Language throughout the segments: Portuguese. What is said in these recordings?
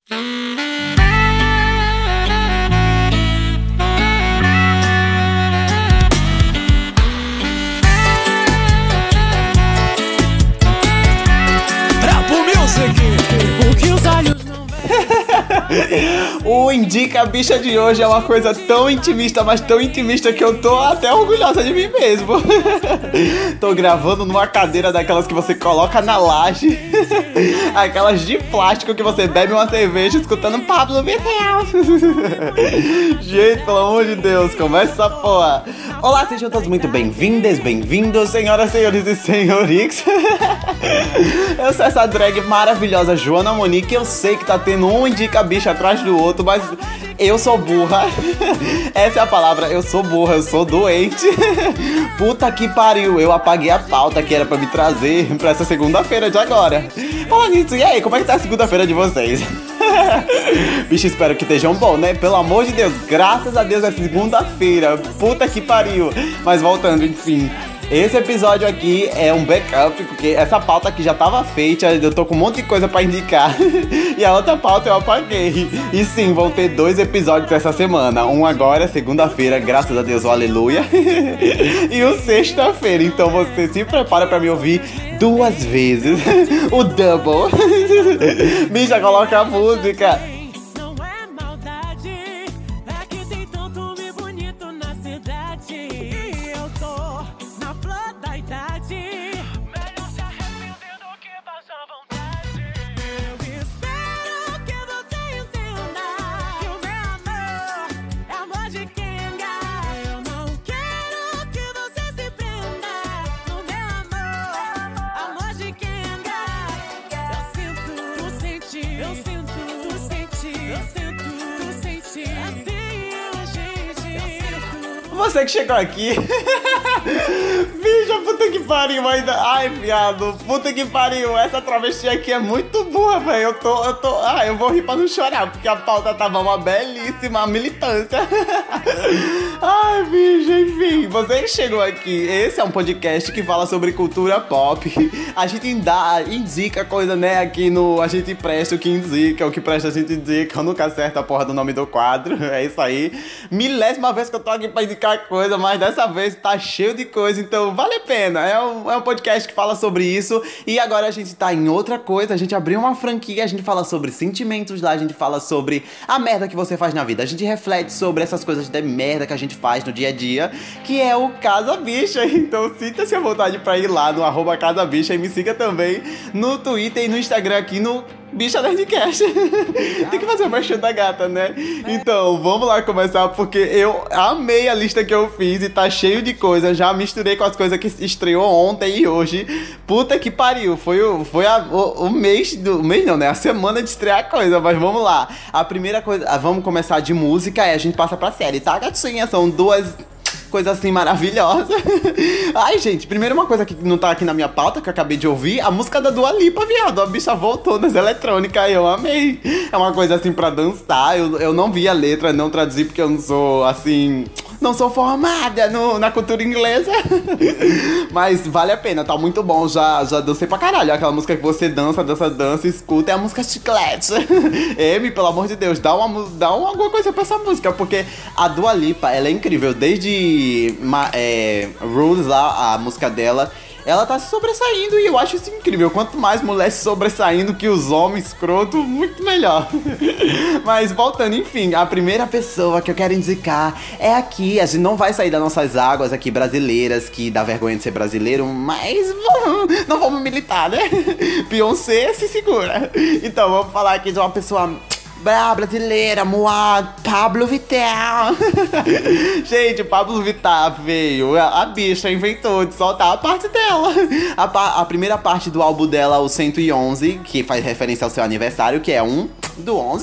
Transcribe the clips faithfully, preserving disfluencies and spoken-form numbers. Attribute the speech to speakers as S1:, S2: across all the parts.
S1: O Indica Bicha de hoje é uma coisa tão intimista, mas tão intimista que eu tô até orgulhosa de mim mesmo. Tô gravando numa cadeira daquelas que você coloca na laje, aquelas de plástico que você bebe uma cerveja escutando Pablo Vittar. Gente, pelo amor de Deus, começa essa porra. Olá, sejam todos muito bem-vindas, bem-vindos, senhoras, senhores e senhorix. Eu sou essa drag maravilhosa Joana Monique. Eu sei que tá tendo um Indica Bicha atrás do outro, mas eu sou burra. Essa é a palavra, eu sou burra, eu sou doente. Puta que pariu, eu apaguei a pauta que era pra me trazer pra essa segunda-feira de agora. Fala nisso, e aí, como é que tá a segunda-feira de vocês? Bicho, espero que estejam bom, né? Pelo amor de Deus, graças a Deus é segunda-feira. Puta que pariu. Mas voltando, enfim, esse episódio aqui é um backup, porque essa pauta aqui já tava feita, eu tô com um monte de coisa pra indicar. E a outra pauta eu apaguei. E sim, vão ter dois episódios essa semana. Um agora, segunda-feira, graças a Deus, o aleluia. E o sexta-feira, então você se prepara pra me ouvir duas vezes. O double. Bicha, coloca a música. Você que chegou aqui. Bicha, puta que pariu ainda. Ai, viado, puta que pariu. Essa travesti aqui é muito boa, velho. Eu tô, eu tô... Ah, eu vou rir pra não chorar, porque a pauta tava uma belíssima militância. Ai, bicha, enfim. Você que chegou aqui. Esse é um podcast que fala sobre cultura pop. A gente dá, indica coisa, né, aqui no... A gente presta o que indica, o que presta a gente indica. Eu nunca acerto a porra do nome do quadro. É isso aí. Milésima vez que eu tô aqui pra indicar coisa, mas dessa vez tá cheio de coisa, então vale a pena. É um, é um podcast que fala sobre isso. E agora a gente tá em outra coisa. A gente abriu uma franquia, a gente fala sobre sentimentos lá, a gente fala sobre a merda que você faz na vida. A gente reflete sobre essas coisas de merda que a gente faz no dia a dia, que é o Casa Bicha. Então sinta-se à vontade pra ir lá no arroba Casa Bicha e me siga também no Twitter e no Instagram aqui no Bicha Nerdcast. Tem que fazer o merchan da gata, né? Então, vamos lá começar, porque eu amei a lista que eu fiz e tá cheio de coisa. Já misturei com as coisas que estreou ontem e hoje. Puta que pariu. Foi o, foi a, o, o mês do... O mês não, né? A semana de estrear coisa, mas vamos lá. A primeira coisa... Vamos começar de música e a gente passa pra série, tá, gatinha? São duas... coisa assim maravilhosa. Ai, gente, primeiro uma coisa que não tá aqui na minha pauta, que eu acabei de ouvir, a música da Dua Lipa, viado. A bicha voltou nas eletrônicas e eu amei. É uma coisa assim pra dançar. Eu, eu não vi a letra, não traduzi porque eu não sou assim... Não sou formada no, na cultura inglesa. Mas vale a pena, tá muito bom. Já, já dancei pra caralho. Aquela música que você dança, dança, dança, escuta. É a música chiclete. Amy, pelo amor de Deus, dá, uma, dá uma, alguma coisa pra essa música. Porque a Dua Lipa, ela é incrível. Desde é, Rules lá, a música dela, ela tá se sobressaindo e eu acho isso incrível. Quanto mais mulher se sobressaindo que os homens escroto, muito melhor. Mas voltando, enfim, a primeira pessoa que eu quero indicar é aqui. A gente não vai sair das nossas águas aqui brasileiras, que dá vergonha de ser brasileiro, mas vamos, não vamos militar, né? Beyoncé se segura. Então vamos falar aqui de uma pessoa... Bra, brasileira, moa, Pablo Vittar. Gente, Pablo Vittar veio, a, a bicha inventou de soltar a parte dela. A, a primeira parte do álbum dela, o cento e onze, que faz referência ao seu aniversário, que é um do onze.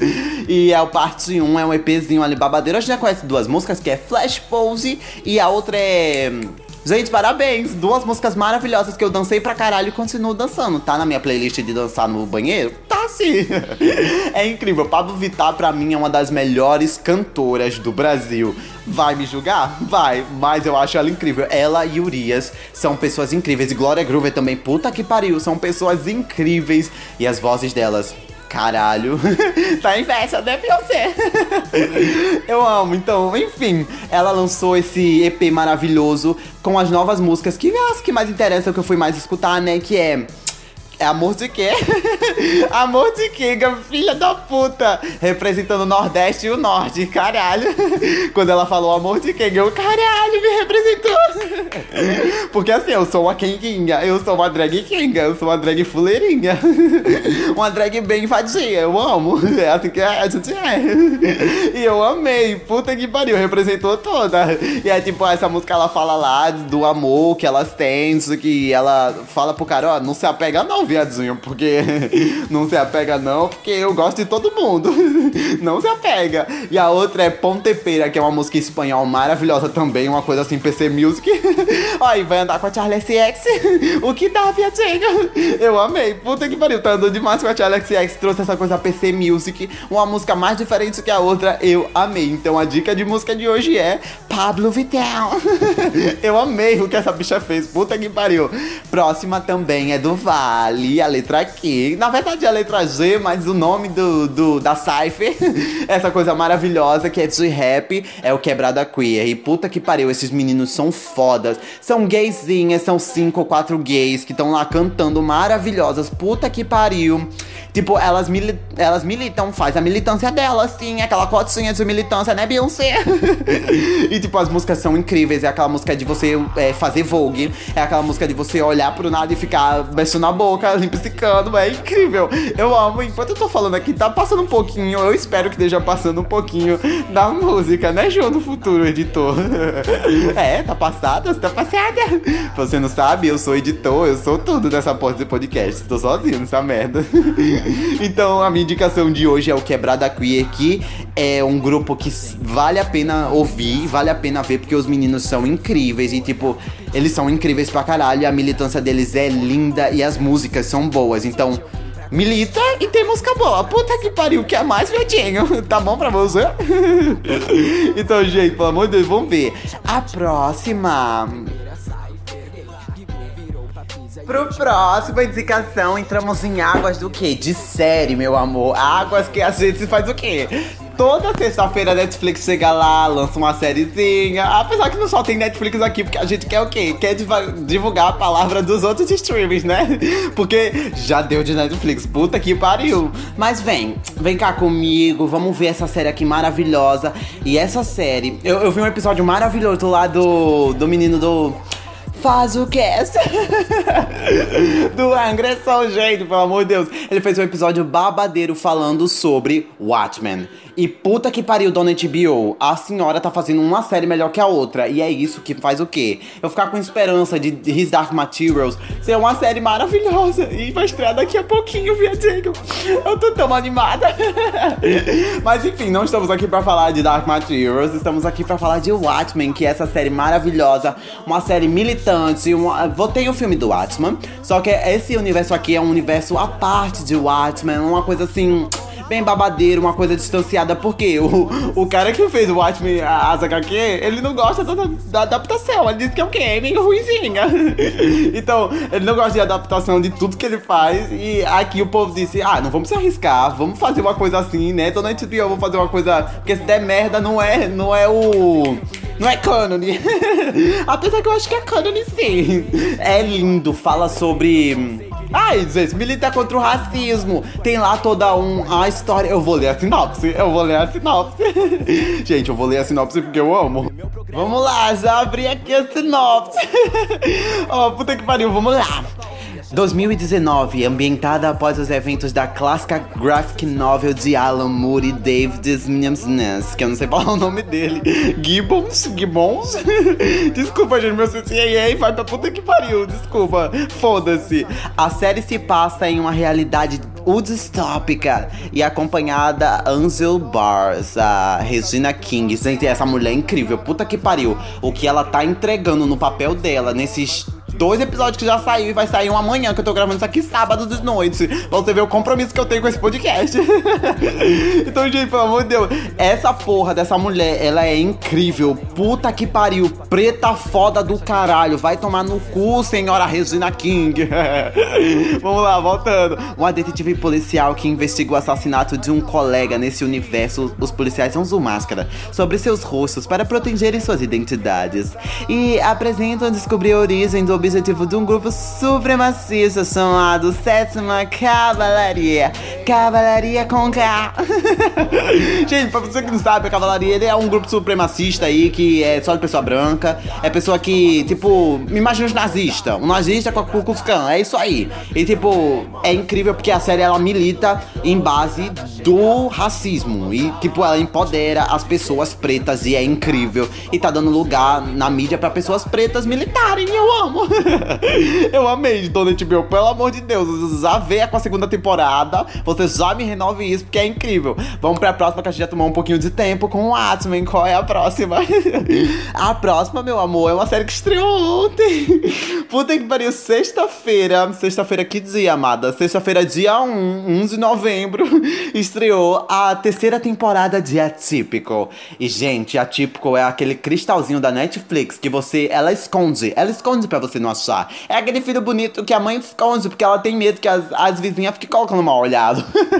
S1: E a parte um é um EPzinho ali babadeiro. A gente já conhece duas músicas, que é Flash Pose e a outra é... Gente, parabéns! Duas músicas maravilhosas que eu dancei pra caralho e continuo dançando. Tá na minha playlist de dançar no banheiro? Tá sim! É incrível. Pablo Vittar, pra mim, é uma das melhores cantoras do Brasil. Vai me julgar? Vai. Mas eu acho ela incrível. Ela e Urias são pessoas incríveis. E Glória Groover também. Puta que pariu. São pessoas incríveis. E as vozes delas... Caralho, tá inveja, né, Beyoncé? Eu amo, então, enfim. Ela lançou esse E P maravilhoso com as novas músicas, que é as que mais interessam, que eu fui mais escutar, né, que é... É Amor de quê? Amor de quê, filha da puta? Representando o Nordeste e o Norte, caralho. Quando ela falou amor de quê, eu, caralho, me representou. Porque assim, eu sou uma quenguinha, eu sou uma drag quenga, eu sou uma drag fuleirinha. Uma drag bem vadia, eu amo. É assim que a gente é. E eu amei, puta que pariu, representou toda. E é tipo, essa música ela fala lá do amor que elas têm, isso que ela fala pro cara, ó, não se apega não, viadinho, porque não se apega não, porque eu gosto de todo mundo. Não se apega. E a outra é Pontepeira, que é uma música em espanhol maravilhosa também, uma coisa assim, P C Music. Ó, e vai andar com a Charli X C X. O que dá, viadinho? Eu amei, puta que pariu, tá andando demais com a Charli X C X, trouxe essa coisa P C Music, uma música mais diferente que a outra, eu amei. Então a dica de música de hoje é Pablo Vittel. Eu amei o que essa bicha fez, puta que pariu. Próxima também é do Vale, a letra Q, na verdade é a letra G, mas o nome do, do, da Cypher, essa coisa maravilhosa que é de rap, é o Quebrada Queer. E puta que pariu, esses meninos são fodas, são gaysinhas, são cinco ou quatro gays que estão lá cantando maravilhosas, puta que pariu. Tipo, elas, mili elas militam, faz a militância delas, sim, aquela cotinha de militância, né, Beyoncé? E tipo, as músicas são incríveis, é aquela música de você é, fazer Vogue, é aquela música de você olhar pro nada e ficar mexendo a boca, limpicando, é incrível. Eu amo, enquanto eu tô falando aqui, tá passando um pouquinho, eu espero que esteja passando um pouquinho da música, né, João do futuro, editor? É, tá passada, tá passada. Você não sabe, eu sou editor, eu sou tudo dessa porra de podcast, tô sozinho nessa merda. Então a minha indicação de hoje é o Quebrada Queer, que é um grupo que vale a pena ouvir, vale a pena ver, porque os meninos são incríveis e tipo, eles são incríveis pra caralho, a militância deles é linda e as músicas são boas, então milita e tem música boa. Puta que pariu, que é mais, viadinho? Tá bom pra você? Então, gente, pelo amor de Deus, vamos ver a próxima. Pro próximo indicação, entramos em águas do quê? De série, meu amor. Águas que a gente faz o quê? Toda sexta-feira a Netflix chega lá, lança uma sériezinha. Apesar que não só tem Netflix aqui, porque a gente quer o quê? Quer divulgar a palavra dos outros streamings, né? Porque já deu de Netflix, puta que pariu. Mas vem, vem cá comigo, vamos ver essa série aqui maravilhosa. E essa série, eu, eu vi um episódio maravilhoso lá do, do menino do... Faz o cast do Agressão, gente, pelo amor de Deus. Ele fez um episódio babadeiro falando sobre Watchmen. E puta que pariu, dona H B O, a senhora tá fazendo uma série melhor que a outra. E é isso que faz o quê? Eu ficar com esperança de His Dark Materials ser uma série maravilhosa. E vai estrear daqui a pouquinho, viadinho. Eu tô tão animada. Mas enfim, não estamos aqui pra falar de Dark Materials. Estamos aqui pra falar de Watchmen, que é essa série maravilhosa. Uma série militante. Uma... Tem o filme do Watchmen, só que esse universo aqui é um universo à parte de Watchmen. Uma coisa assim... bem babadeiro, uma coisa distanciada, porque o, o cara que fez o Watchmen, a Asa H Q, ele não gosta da, da adaptação, ele disse que é o quê? É meio ruimzinha. Então, ele não gosta de adaptação de tudo que ele faz, e aqui o povo disse, ah, não vamos se arriscar, vamos fazer uma coisa assim, né? Então, na H B O, vamos fazer uma coisa, porque se der merda, não é, não é o... não é cânone. Apesar que eu acho que é cânone, sim. É lindo, fala sobre... ai, gente, milita contra o racismo. Tem lá toda um, a história. Eu vou ler a sinopse. Eu vou ler a sinopse. Gente, eu vou ler a sinopse porque eu amo. Vamos lá, já abri aqui a sinopse. Ó, oh, puta que pariu, vamos lá. dois mil e dezenove, ambientada após os eventos da clássica graphic novel de Alan Moore e David Smith, que eu não sei falar o nome dele. Gibbons? Gibbons? Desculpa, gente, meu C C A A vai pra puta que pariu, desculpa. Foda-se. A série se passa em uma realidade distópica e acompanhada Angel Bars, a Regina King. Gente, essa mulher é incrível, puta que pariu. O que ela tá entregando no papel dela, nesses dois episódios que já saiu e vai sair um amanhã, que eu tô gravando isso aqui sábado de noite. Pra você ver o compromisso que eu tenho com esse podcast. Então, gente, pelo amor de Deus, essa porra dessa mulher, ela é incrível. Puta que pariu, preta foda do caralho. Vai tomar no cu, senhora Regina King. Vamos lá, voltando. Uma detetive policial que investiga o assassinato de um colega nesse universo. Os policiais usam máscara sobre seus rostos para protegerem suas identidades e apresentam descobrir a origem do objetivo de um grupo supremacista chamado Sétima Cavalaria. Cavalaria com K. Gente, pra você que não sabe, a Cavalaria, ele é um grupo supremacista aí que é só de pessoa branca. É pessoa que, tipo, me imagina os nazistas. Um nazista com a Ku Klux Klan, é isso aí. E, tipo, é incrível porque a série, ela milita em base do racismo. E, tipo, ela empodera as pessoas pretas e é incrível. E tá dando lugar na mídia pra pessoas pretas militarem. Eu amo. Eu amei, Dona H B O, pelo amor de Deus. Já veio com a segunda temporada. Você já me renove isso porque é incrível. Vamos pra próxima, que a gente já tomou um pouquinho de tempo com o Watchmen. Qual é a próxima? A próxima, meu amor, é uma série que estreou ontem. Puta que pariu, sexta-feira. Sexta-feira, que dia, amada? Sexta-feira, dia um, um de novembro. Estreou a terceira temporada de Atypical. E, gente, Atypical é aquele cristalzinho da Netflix que você, ela esconde. Ela esconde pra você não achar. É aquele filho bonito que a mãe esconde porque ela tem medo que as, as vizinhas fiquem colocando mal olhado.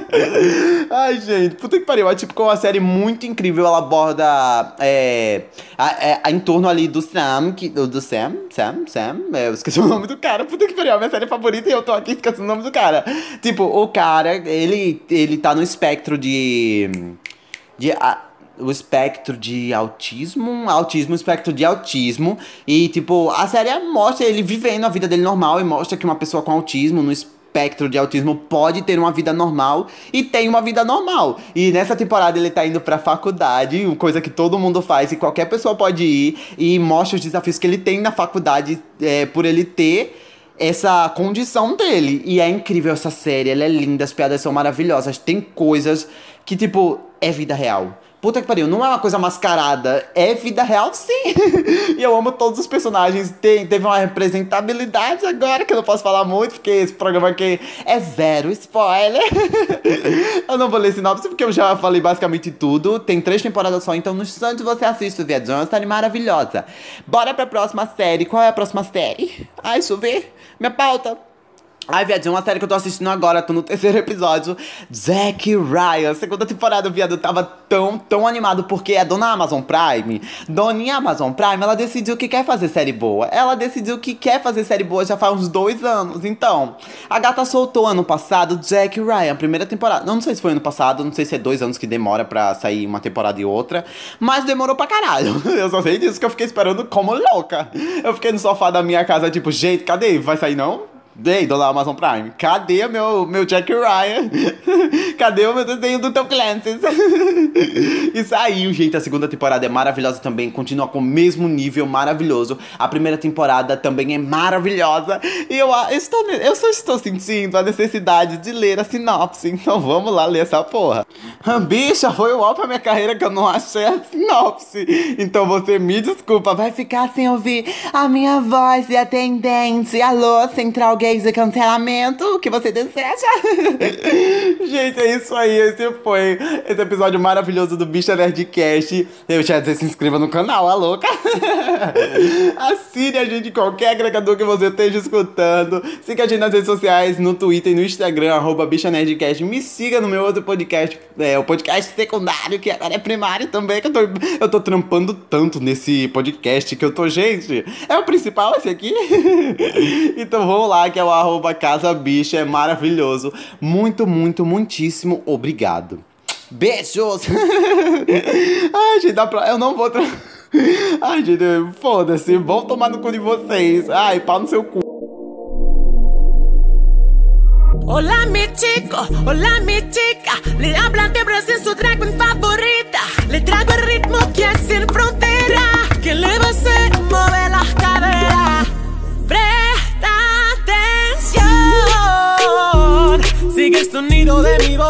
S1: Ai, gente, puta que pariu. Atypical é uma série muito incrível. Ela aborda é, a, a, a, em torno ali do Sam, que, do, do Sam, Sam, Sam, é, eu esqueci o nome do cara. Puta que pariu, é a minha série favorita e eu tô aqui esquecendo o nome do cara. Tipo, o cara, ele, ele tá no espectro de... de a, o espectro de autismo, autismo, espectro de autismo. E, tipo, a série mostra ele vivendo a vida dele normal e mostra que uma pessoa com autismo no espectro de autismo pode ter uma vida normal e tem uma vida normal. E nessa temporada ele tá indo pra faculdade, coisa que todo mundo faz e qualquer pessoa pode ir, e mostra os desafios que ele tem na faculdade é, por ele ter essa condição dele. E é incrível essa série, ela é linda, as piadas são maravilhosas, tem coisas que, tipo, é vida real. Puta que pariu, não é uma coisa mascarada, é vida real sim. E eu amo todos os personagens, Tem, teve uma representabilidade agora, que eu não posso falar muito, porque esse programa aqui é zero spoiler. Eu não vou ler sinopse, porque eu já falei basicamente tudo. Tem três temporadas só, então no instante você assiste, viado. É uma série maravilhosa. Bora pra próxima série. Qual é a próxima série? Ai, deixa eu ver. Minha pauta. Ai, viado, é uma série que eu tô assistindo agora, tô no terceiro episódio, Jack Ryan, segunda temporada, viado, eu tava tão, tão animado, porque a dona Amazon Prime, doninha Amazon Prime, ela decidiu que quer fazer série boa, ela decidiu que quer fazer série boa já faz uns dois anos, então, a gata soltou ano passado Jack Ryan, primeira temporada, não, não sei se foi ano passado, não sei se é dois anos que demora pra sair uma temporada e outra, mas demorou pra caralho, eu só sei disso que eu fiquei esperando como louca, eu fiquei no sofá da minha casa, tipo, gente, cadê, vai sair não? Ei, dona Amazon Prime, cadê meu, meu Jack Ryan? Cadê o meu desenho do Tom Clancy? E saiu, gente, a segunda temporada é maravilhosa também, continua com o mesmo nível maravilhoso. A primeira temporada também é maravilhosa. E eu, eu, estou, eu só estou sentindo a necessidade de ler a sinopse, então vamos lá ler essa porra. Bicha, foi o ó pra minha carreira que eu não achei a sinopse. Então você me desculpa, vai ficar sem ouvir a minha voz e atendente. Alô, Central de cancelamento, o que você deseja? Gente, é isso aí. Esse foi esse episódio maravilhoso do Bicha Nerdcast. Eu já dizer, se inscreva no canal, a louca. Assine a gente em qualquer agregador que você esteja escutando. Siga a gente nas redes sociais, no Twitter e no Instagram, arroba Bicha Nerdcast. Me siga no meu outro podcast, é, o podcast secundário, que agora é primário também, que eu tô, eu tô trampando tanto nesse podcast que eu tô, gente, é o principal esse aqui. Então vamos lá, que é o arroba Casa Bicha, é maravilhoso. Muito, muito, muitíssimo obrigado. Beijos! Ai, gente, dá pra... eu não vou... Tra... Ai, gente, foda-se, vão tomar no cu de vocês. Ai, pau no seu cu.
S2: Hola mi chico, hola mi chica, le hablan de Brasil, su drag queen favorita. Le traigo el ritmo que es sin frontera, que le va a hacer mover las caderas. Presta atención, sigue el sonido de mi voz.